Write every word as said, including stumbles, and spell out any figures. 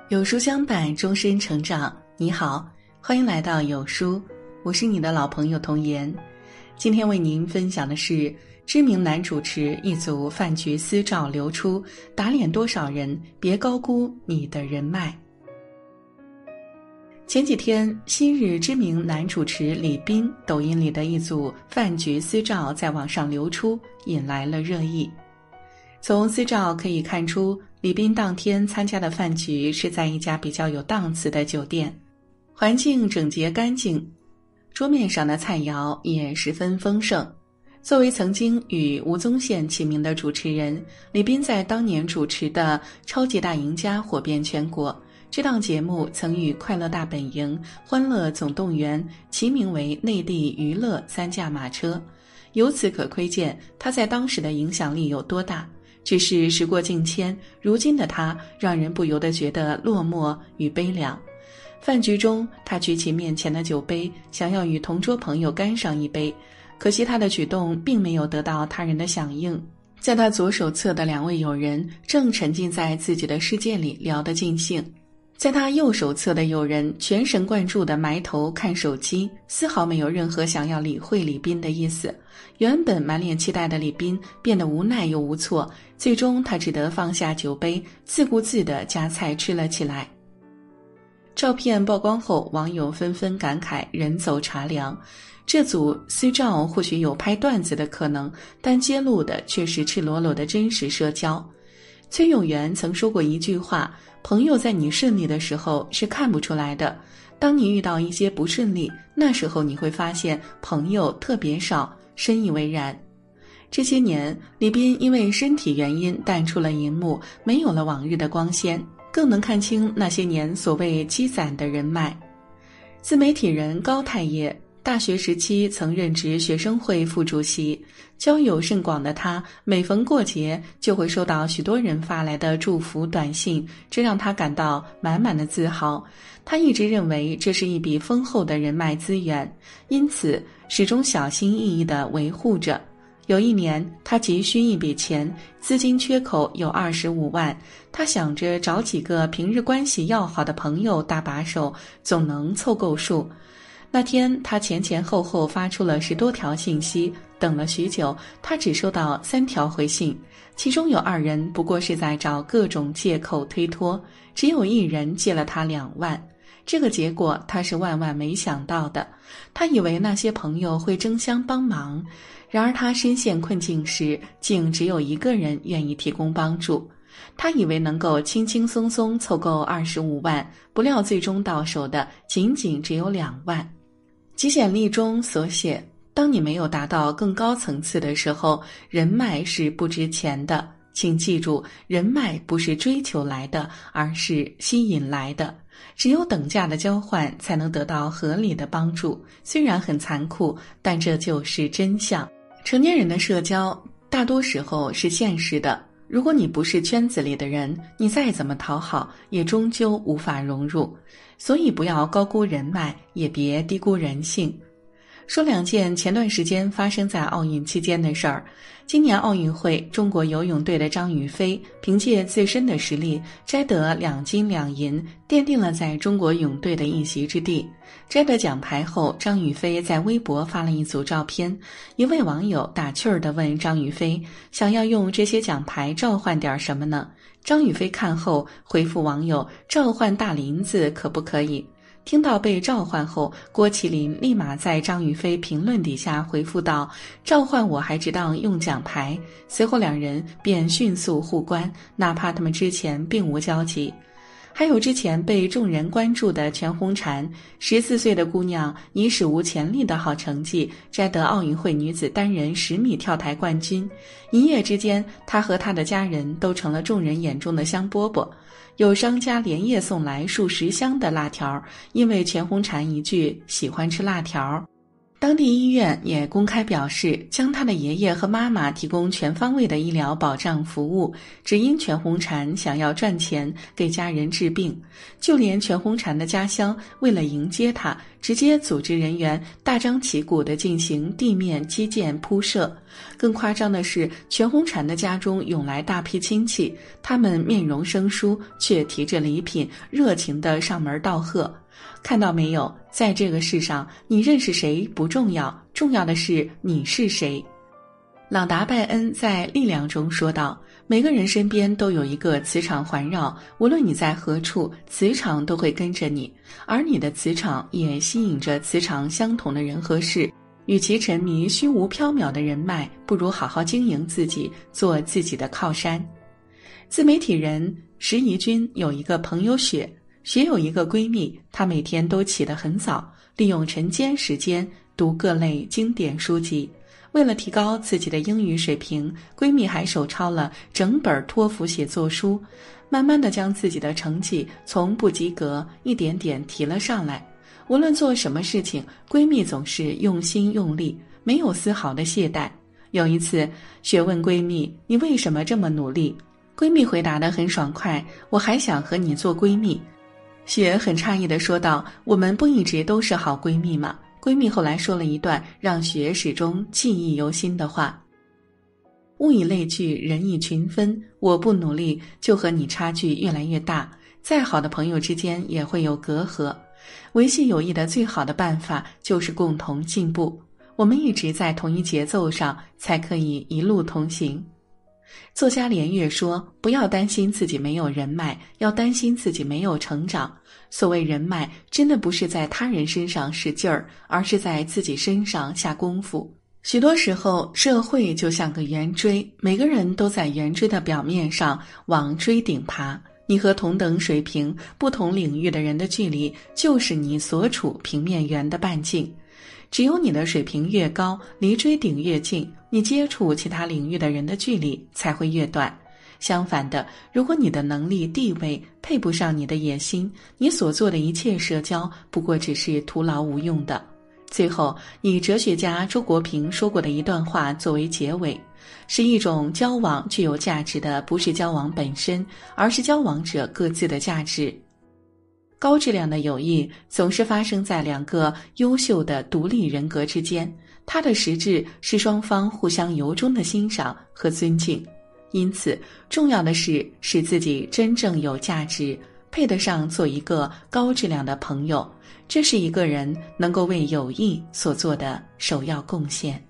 有书相伴，终身成长。你好，欢迎来到有书，我是你的老朋友童言。今天为您分享的是知名男主持一组饭局私照流出，打脸多少人，别高估你的人脉。前几天，昔日知名男主持李斌抖音里的一组饭局私照在网上流出，引来了热议。从私照可以看出，李斌当天参加的饭局是在一家比较有档次的酒店，环境整洁干净，桌面上的菜肴也十分丰盛。作为曾经与吴宗宪齐名的主持人，李斌在当年主持的《超级大赢家》火遍全国。这档节目曾与《快乐大本营》《欢乐总动员》齐名为内地娱乐三驾马车，由此可窥见他在当时的影响力有多大。只是时过境迁，如今的他让人不由得觉得落寞与悲凉。饭局中，他举起面前的酒杯，想要与同桌朋友干上一杯，可惜他的举动并没有得到他人的响应。在他左手侧的两位友人正沉浸在自己的世界里聊得尽兴，在他右手侧的友人全神贯注地埋头看手机，丝毫没有任何想要理会李斌的意思。原本满脸期待的李斌变得无奈又无措，最终他只得放下酒杯，自顾自地夹菜吃了起来。照片曝光后，网友纷纷感慨人走茶凉。这组私照或许有拍段子的可能，但揭露的却是赤裸裸的真实社交。崔永元曾说过一句话，朋友在你顺利的时候是看不出来的，当你遇到一些不顺利，那时候你会发现朋友特别少，深以为然。这些年，李斌因为身体原因淡出了荧幕，没有了往日的光鲜，更能看清那些年所谓积攒的人脉。自媒体人高太业大学时期曾任职学生会副主席，交友甚广的他，每逢过节就会收到许多人发来的祝福短信，这让他感到满满的自豪。他一直认为这是一笔丰厚的人脉资源，因此始终小心翼翼地维护着。有一年，他急需一笔钱，资金缺口有二十五万，他想着找几个平日关系要好的朋友搭把手，总能凑够数。那天他前前后后发出了十多条信息，等了许久，他只收到三条回信，其中有二人不过是在找各种借口推脱，只有一人借了他两万。这个结果他是万万没想到的，他以为那些朋友会争相帮忙，然而他身陷困境时，竟只有一个人愿意提供帮助。他以为能够轻轻松松凑够二十五万，不料最终到手的仅仅只有两万。集简历中所写，当你没有达到更高层次的时候，人脉是不值钱的。请记住，人脉不是追求来的，而是吸引来的。只有等价的交换，才能得到合理的帮助。虽然很残酷，但这就是真相。成年人的社交，大多时候是现实的。如果你不是圈子里的人，你再怎么讨好，也终究无法融入。所以不要高估人脉，也别低估人性。说两件前段时间发生在奥运期间的事儿。今年奥运会，中国游泳队的张雨霏凭借自身的实力摘得两金两银，奠定了在中国泳队的一席之地。摘得奖牌后，张雨霏在微博发了一组照片，一位网友打趣儿地问张雨霏，想要用这些奖牌召唤点什么呢？张雨霏看后回复网友，召唤大林子可不可以？听到被召唤后，郭麒麟立马在张雨霏评论底下回复道，召唤我还只当用奖牌。随后两人便迅速互关，哪怕他们之前并无交集。还有之前被众人关注的全红婵，十四岁的姑娘以史无前例的好成绩摘得奥运会女子单人十米跳台冠军，一夜之间她和她的家人都成了众人眼中的香饽饽。有商家连夜送来数十箱的辣条，因为全红婵一句喜欢吃辣条。当地医院也公开表示，将他的爷爷和妈妈提供全方位的医疗保障服务，只因全红婵想要赚钱给家人治病。就连全红婵的家乡为了迎接他， 直接组织人员大张旗鼓地进行地面基建铺设。更夸张的是，全红婵的家中涌来大批亲戚，他们面容生疏，却提着礼品，热情地上门道贺。看到没有，在这个世上，你认识谁不重要，重要的是你是谁。朗达·拜恩在《力量》中说道，每个人身边都有一个磁场环绕，无论你在何处，磁场都会跟着你，而你的磁场也吸引着磁场相同的人和事。与其沉迷虚无缥缈的人脉，不如好好经营自己，做自己的靠山。自媒体人石怡君有一个朋友雪，雪有一个闺蜜，她每天都起得很早，利用晨间时间读各类经典书籍。为了提高自己的英语水平，闺蜜还手抄了整本托福写作书，慢慢地将自己的成绩从不及格一点点提了上来。无论做什么事情，闺蜜总是用心用力，没有丝毫的懈怠。有一次，雪问闺蜜：“你为什么这么努力？”闺蜜回答得很爽快：“我还想和你做闺蜜。”雪很诧异地说道：“我们不一直都是好闺蜜吗？”闺蜜后来说了一段让雪始终记忆犹新的话：“物以类聚，人以群分。我不努力，就和你差距越来越大。再好的朋友之间也会有隔阂。维系友谊的最好的办法就是共同进步。我们一直在同一节奏上，才可以一路同行。”作家连岳说：“不要担心自己没有人脉，要担心自己没有成长。所谓人脉，真的不是在他人身上使劲儿，而是在自己身上下功夫。许多时候，社会就像个圆锥，每个人都在圆锥的表面上往锥顶爬。你和同等水平、不同领域的人的距离，就是你所处平面圆的半径。只有你的水平越高，离锥顶越近，你接触其他领域的人的距离才会越短。相反的，如果你的能力地位配不上你的野心，你所做的一切社交不过只是徒劳无用的。”最后，以哲学家周国平说过的一段话作为结尾：是一种交往具有价值的，不是交往本身，而是交往者各自的价值。高质量的友谊总是发生在两个优秀的独立人格之间，它的实质是双方互相由衷的欣赏和尊敬。因此，重要的是使自己真正有价值，配得上做一个高质量的朋友，这是一个人能够为友谊所做的首要贡献。